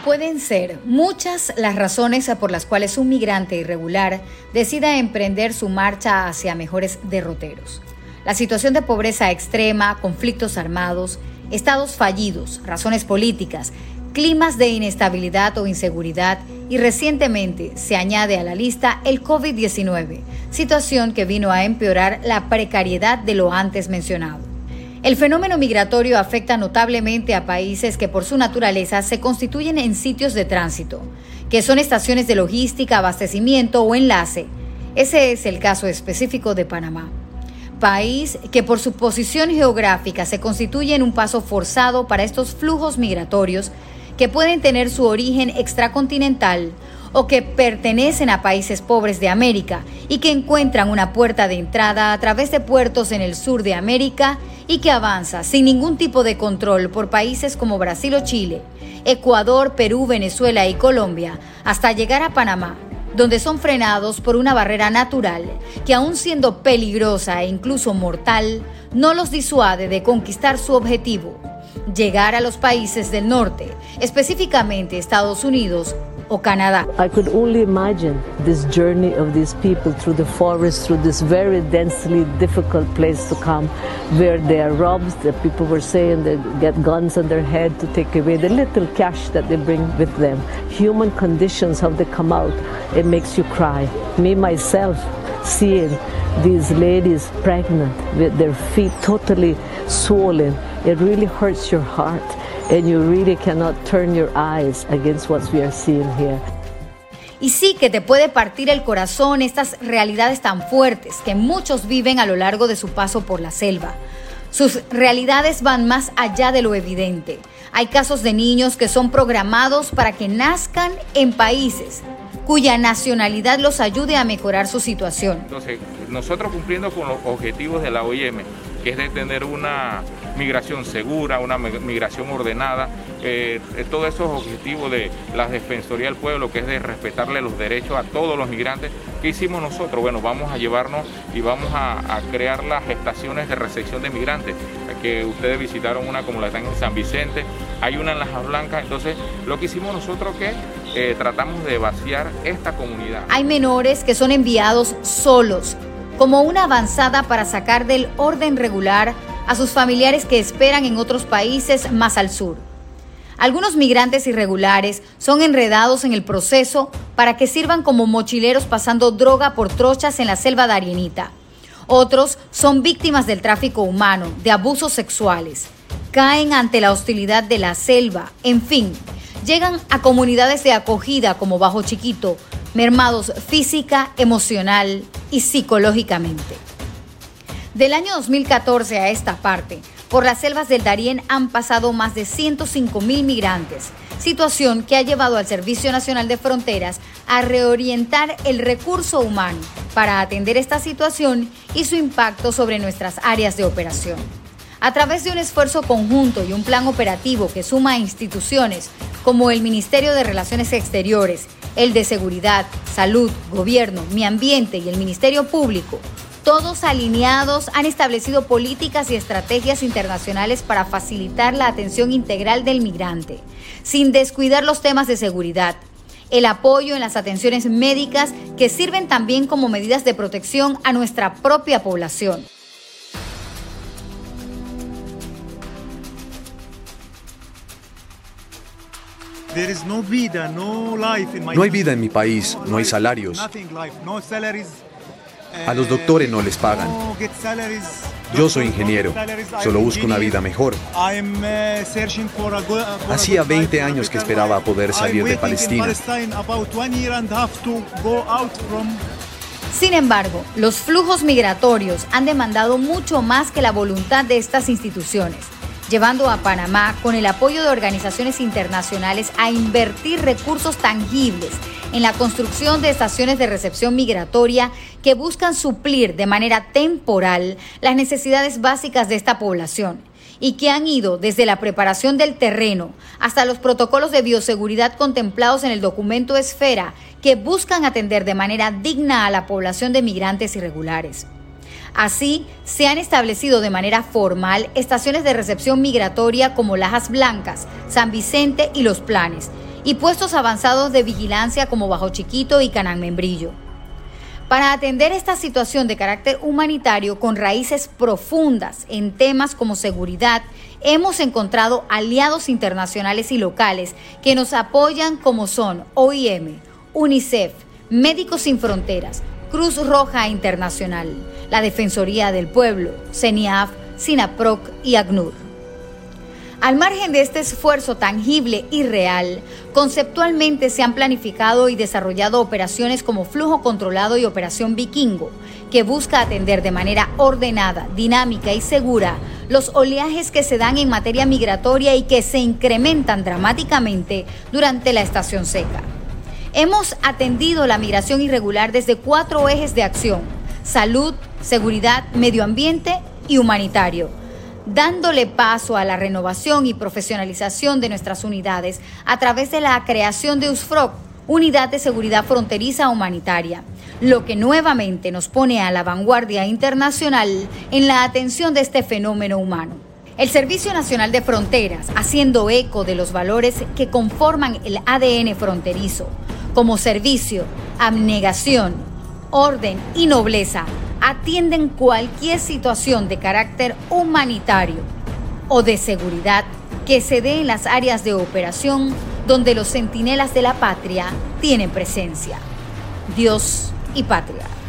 Pueden ser muchas las razones por las cuales un migrante irregular decida emprender su marcha hacia mejores derroteros. La situación de pobreza extrema, conflictos armados, estados fallidos, razones políticas, climas de inestabilidad o inseguridad y recientemente se añade a la lista el COVID-19, situación que vino a empeorar la precariedad de lo antes mencionado. El fenómeno migratorio afecta notablemente a países que por su naturaleza se constituyen en sitios de tránsito, que son estaciones de logística, abastecimiento o enlace. Ese es el caso específico de Panamá, país que por su posición geográfica se constituye en un paso forzado para estos flujos migratorios que pueden tener su origen extracontinental o que pertenecen a países pobres de América y que encuentran una puerta de entrada a través de puertos en el sur de América y que avanza sin ningún tipo de control por países como Brasil o Chile, Ecuador, Perú, Venezuela y Colombia, hasta llegar a Panamá, donde son frenados por una barrera natural que, aun siendo peligrosa e incluso mortal, no los disuade de conquistar su objetivo: llegar a los países del norte, específicamente Estados Unidos o Canadá. I could only imagine this journey of these people through the forest, through this very densely difficult place to come, where they are robbed. The people were saying they get guns on their head to take away the little cash that they bring with them. Human conditions, how they come out, it makes you cry. Me, myself, seeing these ladies pregnant with their feet totally swollen, it really hurts your heart. And you really cannot turn your eyes against what we are seeing here. Y sí que te puede partir el corazón estas realidades tan fuertes que muchos viven a lo largo de su paso por la selva. Sus realidades van más allá de lo evidente. Hay casos de niños que son programados para que nazcan en países cuya nacionalidad los ayude a mejorar su situación. Entonces, nosotros cumpliendo con los objetivos de la OIM, que es de tener una migración segura, una migración ordenada, todos esos objetivos de la Defensoría del Pueblo, que es de respetarle los derechos a todos los migrantes. ¿Qué hicimos nosotros? Bueno, vamos a llevarnos y vamos a crear las estaciones de recepción de migrantes, que ustedes visitaron una como la están en San Vicente, hay una en Lajas Blancas. Entonces, lo que hicimos nosotros que tratamos de vaciar esta comunidad. Hay menores que son enviados solos, como una avanzada para sacar del orden regular a sus familiares que esperan en otros países más al sur. Algunos migrantes irregulares son enredados en el proceso para que sirvan como mochileros pasando droga por trochas en la selva darienita. Otros son víctimas del tráfico humano, de abusos sexuales. Caen ante la hostilidad de la selva. En fin, llegan a comunidades de acogida como Bajo Chiquito, mermados física, emocional y psicológicamente. Del año 2014 a esta parte, por las selvas del Darién han pasado más de 105,000 migrantes, situación que ha llevado al Servicio Nacional de Fronteras a reorientar el recurso humano para atender esta situación y su impacto sobre nuestras áreas de operación. A través de un esfuerzo conjunto y un plan operativo que suma a instituciones como el Ministerio de Relaciones Exteriores, el de Seguridad, Salud, Gobierno, Medio Ambiente y el Ministerio Público, todos alineados han establecido políticas y estrategias internacionales para facilitar la atención integral del migrante, sin descuidar los temas de seguridad, el apoyo en las atenciones médicas que sirven también como medidas de protección a nuestra propia población. No hay vida en mi país, no hay salarios. A los doctores no les pagan. Yo soy ingeniero, solo busco una vida mejor. Hacía 20 años que esperaba poder salir de Palestina. Sin embargo, los flujos migratorios han demandado mucho más que la voluntad de estas instituciones, llevando a Panamá, con el apoyo de organizaciones internacionales, a invertir recursos tangibles en la construcción de estaciones de recepción migratoria que buscan suplir de manera temporal las necesidades básicas de esta población y que han ido desde la preparación del terreno hasta los protocolos de bioseguridad contemplados en el documento Esfera que buscan atender de manera digna a la población de migrantes irregulares. Así, se han establecido de manera formal estaciones de recepción migratoria como Lajas Blancas, San Vicente y Los Planes, y puestos avanzados de vigilancia como Bajo Chiquito y Canán Membrillo. Para atender esta situación de carácter humanitario con raíces profundas en temas como seguridad, hemos encontrado aliados internacionales y locales que nos apoyan, como son OIM, UNICEF, Médicos Sin Fronteras, Cruz Roja Internacional, la Defensoría del Pueblo, CENIAF, SINAPROC y ACNUR. Al margen de este esfuerzo tangible y real, conceptualmente se han planificado y desarrollado operaciones como Flujo Controlado y Operación Vikingo, que busca atender de manera ordenada, dinámica y segura los oleajes que se dan en materia migratoria y que se incrementan dramáticamente durante la estación seca. Hemos atendido la migración irregular desde 4 ejes de acción: salud, seguridad, medio ambiente y humanitario, dándole paso a la renovación y profesionalización de nuestras unidades a través de la creación de USFROG, Unidad de Seguridad Fronteriza Humanitaria, lo que nuevamente nos pone a la vanguardia internacional en la atención de este fenómeno humano. El Servicio Nacional de Fronteras, haciendo eco de los valores que conforman el ADN fronterizo, como servicio, abnegación, orden y nobleza, atienden cualquier situación de carácter humanitario o de seguridad que se dé en las áreas de operación donde los centinelas de la patria tienen presencia. Dios y patria.